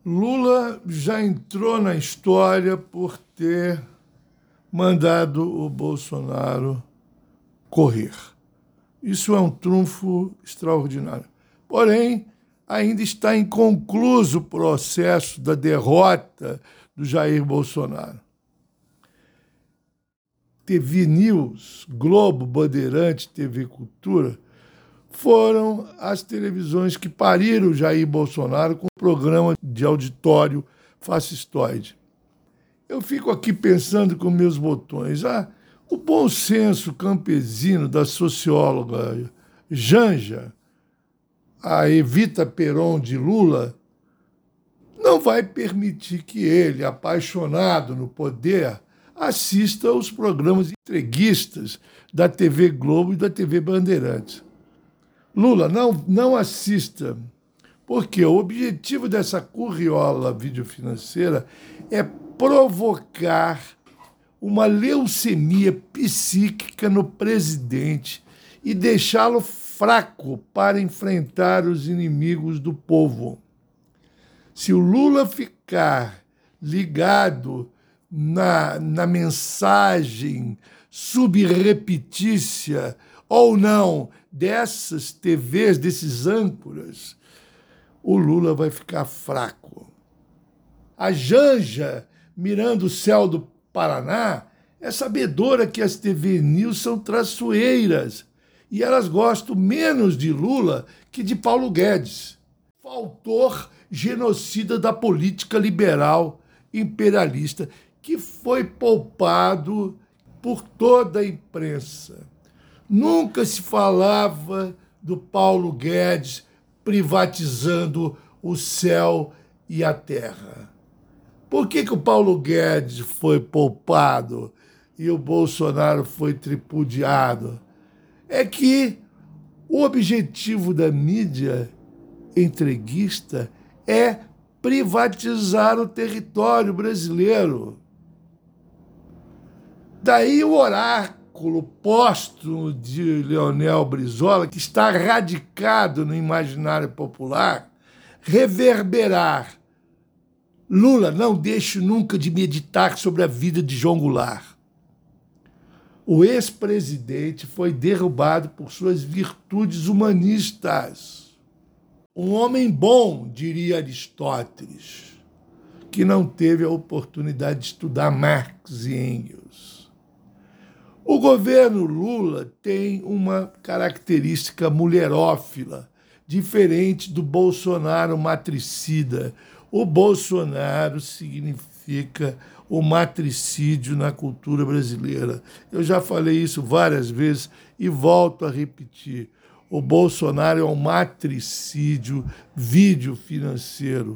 Lula já entrou na história por ter mandado o Bolsonaro correr. Isso é um trunfo extraordinário. Porém, ainda está inconcluso o processo da derrota do Jair Bolsonaro. TV News, Globo, Bandeirante, TV Cultura foram as televisões que pariram o Jair Bolsonaro com o programa de auditório fascistoide. Eu fico aqui pensando com meus botões. O bom senso campesino da socióloga Janja, a Evita Peron de Lula, não vai permitir que ele, apaixonado no poder, assista aos programas entreguistas da TV Globo e da TV Bandeirantes. Lula, não assista, porque o objetivo dessa curriola videofinanceira é provocar uma leucemia psíquica no presidente e deixá-lo fraco para enfrentar os inimigos do povo. Se o Lula ficar ligado na mensagem subrepetícia ou não dessas TVs, desses âncoras, o Lula vai ficar fraco. A Janja, mirando o céu do Paraná, é sabedora que as TV News são traiçoeiras e elas gostam menos de Lula que de Paulo Guedes, autor genocida da política liberal imperialista, que foi poupado por toda a imprensa. Nunca se falava do Paulo Guedes privatizando o céu e a terra. Por que o Paulo Guedes foi poupado e o Bolsonaro foi tripudiado? É que o objetivo da mídia entreguista é privatizar o território brasileiro. Daí o oráculo póstumo de Leonel Brizola, que está radicado no imaginário popular, reverberar. Lula, não deixe nunca de meditar sobre a vida de João Goulart. O ex-presidente foi derrubado por suas virtudes humanistas. Um homem bom, diria Aristóteles, que não teve a oportunidade de estudar Marx e Engels. O governo Lula tem uma característica mulherófila, diferente do Bolsonaro matricida. O Bolsonaro significa o matricídio na cultura brasileira. Eu já falei isso várias vezes e volto a repetir. O Bolsonaro é um matricídio videofinanceiro.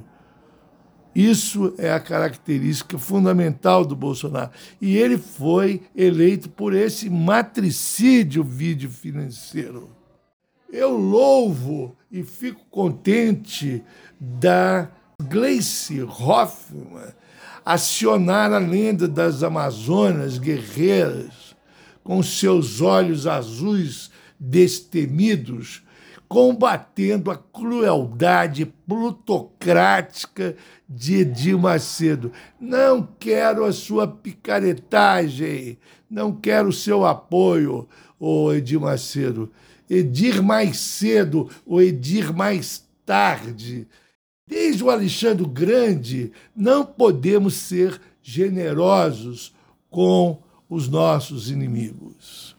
Isso é a característica fundamental do Bolsonaro. E ele foi eleito por esse matricídio videofinanceiro. Eu louvo e fico contente da Gleice Hoffmann acionar a lenda das Amazonas guerreiras com seus olhos azuis destemidos, combatendo a crueldade plutocrática de Edir Macedo. Não quero a sua picaretagem, não quero o seu apoio, ô Edir Macedo. Edir mais cedo ou Edir mais tarde. Desde o Alexandre o Grande, não podemos ser generosos com os nossos inimigos.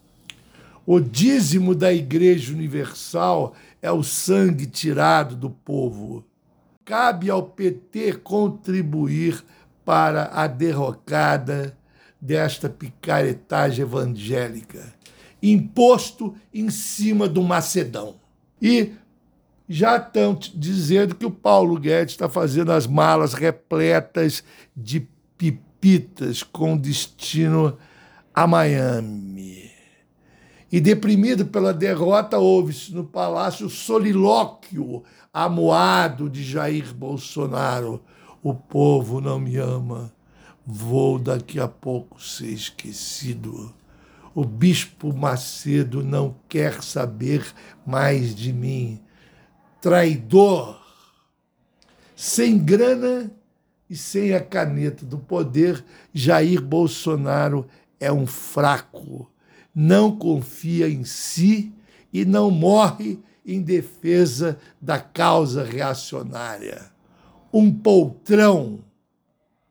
O dízimo da Igreja Universal é o sangue tirado do povo. Cabe ao PT contribuir para a derrocada desta picaretagem evangélica, imposto em cima do Macedão. E já estão dizendo que o Paulo Guedes está fazendo as malas repletas de pipitas com destino a Miami. E deprimido pela derrota, ouve-se no palácio o solilóquio amuado de Jair Bolsonaro. O povo não me ama, vou daqui a pouco ser esquecido. O bispo Macedo não quer saber mais de mim. Traidor. Sem grana e sem a caneta do poder, Jair Bolsonaro é um fraco. Não confia em si e não morre em defesa da causa reacionária. Um poltrão